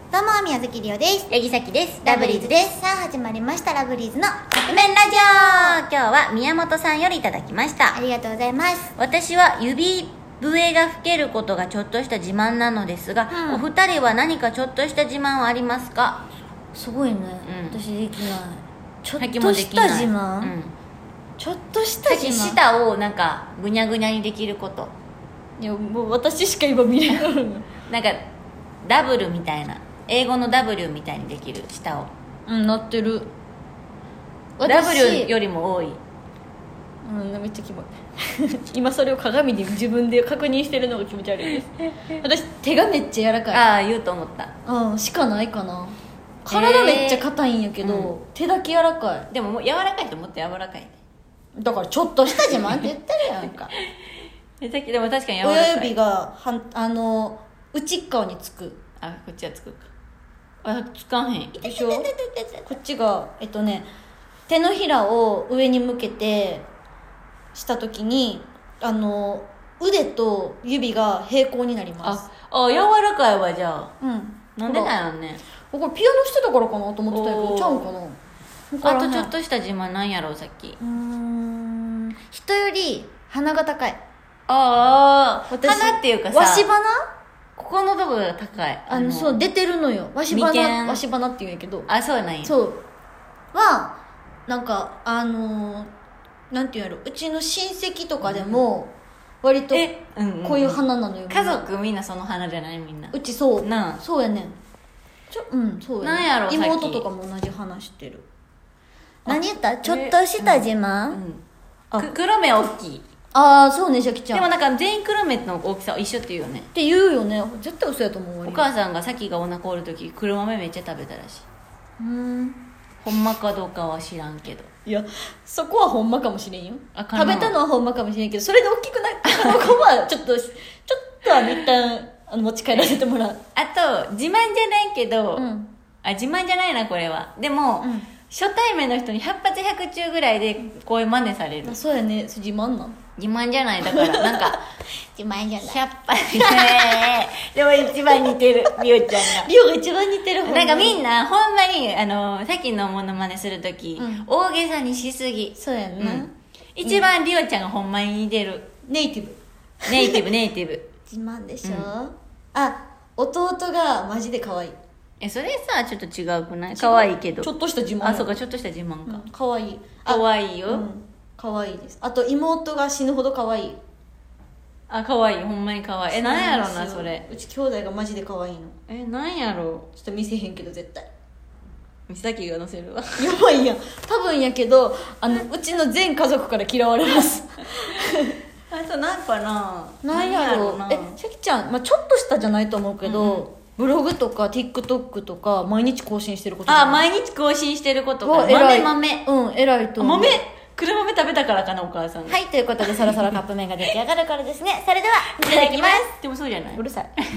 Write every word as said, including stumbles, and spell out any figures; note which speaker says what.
Speaker 1: どうも宮崎りおです。
Speaker 2: 八木崎です。
Speaker 1: ラブリーズです。さあ始まりましたラブリーズのカップ
Speaker 2: 麺ラジオ。今日は宮本さんよりいただきました。
Speaker 1: ありがとうございます。
Speaker 2: 私は指笛が吹けることがちょっとした自慢なのですが、うん、お二人は何かちょっとした自慢はありますか？
Speaker 1: すごいね、うん、私できない。ちょっとした自慢、うん、ちょっとした自慢、
Speaker 2: 舌をなんかぐにゃぐにゃにできること。
Speaker 1: いやもう私しか今見れない
Speaker 2: なんかダブルみたいな、英語の ダブリュー みたいにできる舌を。
Speaker 1: うんなってる。
Speaker 2: ダブリュー よりも多い。
Speaker 1: うんめっちゃキモい今それを鏡で自分で確認してるのが気持ち悪いです私手がめっちゃ柔らかい。
Speaker 2: ああ言うと思った。
Speaker 1: うんしかないかな。体めっちゃ硬いんやけど、うん、手だけ柔らかい。
Speaker 2: でももう柔らかいともっと柔らかい。
Speaker 1: だからちょっとした自慢って言ってるやんか
Speaker 2: でも確かに柔らかい。
Speaker 1: 親指がはんあの内っ側につく。
Speaker 2: あこっちはつくか。あつかんへん
Speaker 1: でしょ。こっちがえっとね手のひらを上に向けてした時にあの腕と指が平行になります。
Speaker 2: ああ柔らかいわ。じゃあ
Speaker 1: うん
Speaker 2: なんでだよね。
Speaker 1: これピアノしてたからかなと思ってたけどちゃうんかな。
Speaker 2: あとちょっとした自慢なんやろうさっき。
Speaker 1: うーん人より鼻が高い。
Speaker 2: ああ鼻っていうかさ
Speaker 1: わし鼻
Speaker 2: ここのとこが高い。
Speaker 1: あのそう出てるのよ。わし鼻わし鼻って言うんやけど。
Speaker 2: あそうなんや。
Speaker 1: そうはなんかあのー、なんていうんやろうちの親戚とかでも割とこういう鼻なのよ。
Speaker 2: 家族みんなその鼻じゃないみんな。
Speaker 1: うちそう
Speaker 2: なあ
Speaker 1: そうやねん。ちょうんそうやねん。
Speaker 2: なんやろ
Speaker 1: 妹とかも同じ鼻してる。何言った？ちょっとした自慢？
Speaker 2: うんうん、あ黒目大きい。
Speaker 1: ああそうねシャキちゃん。
Speaker 2: でもなんか全員黒目の大きさは一緒って言うよね。
Speaker 1: って言うよね。絶対嘘やと思う。
Speaker 2: お母さんがさきがお腹おる時黒豆めっちゃ食べたらしい。
Speaker 1: うん
Speaker 2: ほんまかどうかは知らんけど。
Speaker 1: いやそこはほんまかもしれんよ。食べたのはほんまかもしれんけどそれで大きくなったの子はちょっとちょっとは一旦あの持ち帰らせてもらう。
Speaker 2: あと自慢じゃないけど、
Speaker 1: うん、
Speaker 2: あ自慢じゃないなこれは。でも、うん初対面の人にひゃく発ひゃく中ぐらいでこういう真似される。
Speaker 1: あそうやね。自慢なん？
Speaker 2: 自慢じゃないだからなんか
Speaker 1: 自慢じゃない
Speaker 2: ひゃく発でも一番似てるりおちゃんが。
Speaker 1: りおが一番似てる。
Speaker 2: なんかみんなほんまにあのさっきのモノマネするとき、うん、大げさにしすぎ。
Speaker 1: そうやんな、うん、
Speaker 2: 一番りおちゃんがほんまに似てる。
Speaker 1: ネイティブ
Speaker 2: ネイティブネイティブ
Speaker 1: 自慢でしょ、うん、あ弟がマジで可愛い。
Speaker 2: えそれさちょっと違うくない？可愛いけど
Speaker 1: ちょっとした自慢。
Speaker 2: あそうかちょっとした自慢か、
Speaker 1: うん、可愛い
Speaker 2: 可愛いよ、うん、
Speaker 1: 可愛いです。あと妹が死ぬほど可愛い。
Speaker 2: あ可愛いほんまに可愛い。えなんやろうなそれ。
Speaker 1: うち兄弟がマジで可愛いの。
Speaker 2: えなんやろ
Speaker 1: うちょっと見せへんけど絶対
Speaker 2: 見せたきが載せるわ
Speaker 1: やばいやん多分やけどあのうちの全家族から嫌われます
Speaker 2: あとなんかな
Speaker 1: なんやろう。えシャキちゃん、まあ、ちょっとしたじゃないと思うけど、うんうんブログとか TikTok とか毎日更新してること。
Speaker 2: あ毎日更新してることか。
Speaker 1: 豆
Speaker 2: 豆
Speaker 1: うん偉いと思う。
Speaker 2: 豆黒豆食べたからかなお母さんが。
Speaker 1: はいということでそろそろカップ麺が出来上がるからですね。それではいただきます。
Speaker 2: でもそうじゃない。
Speaker 1: うるさい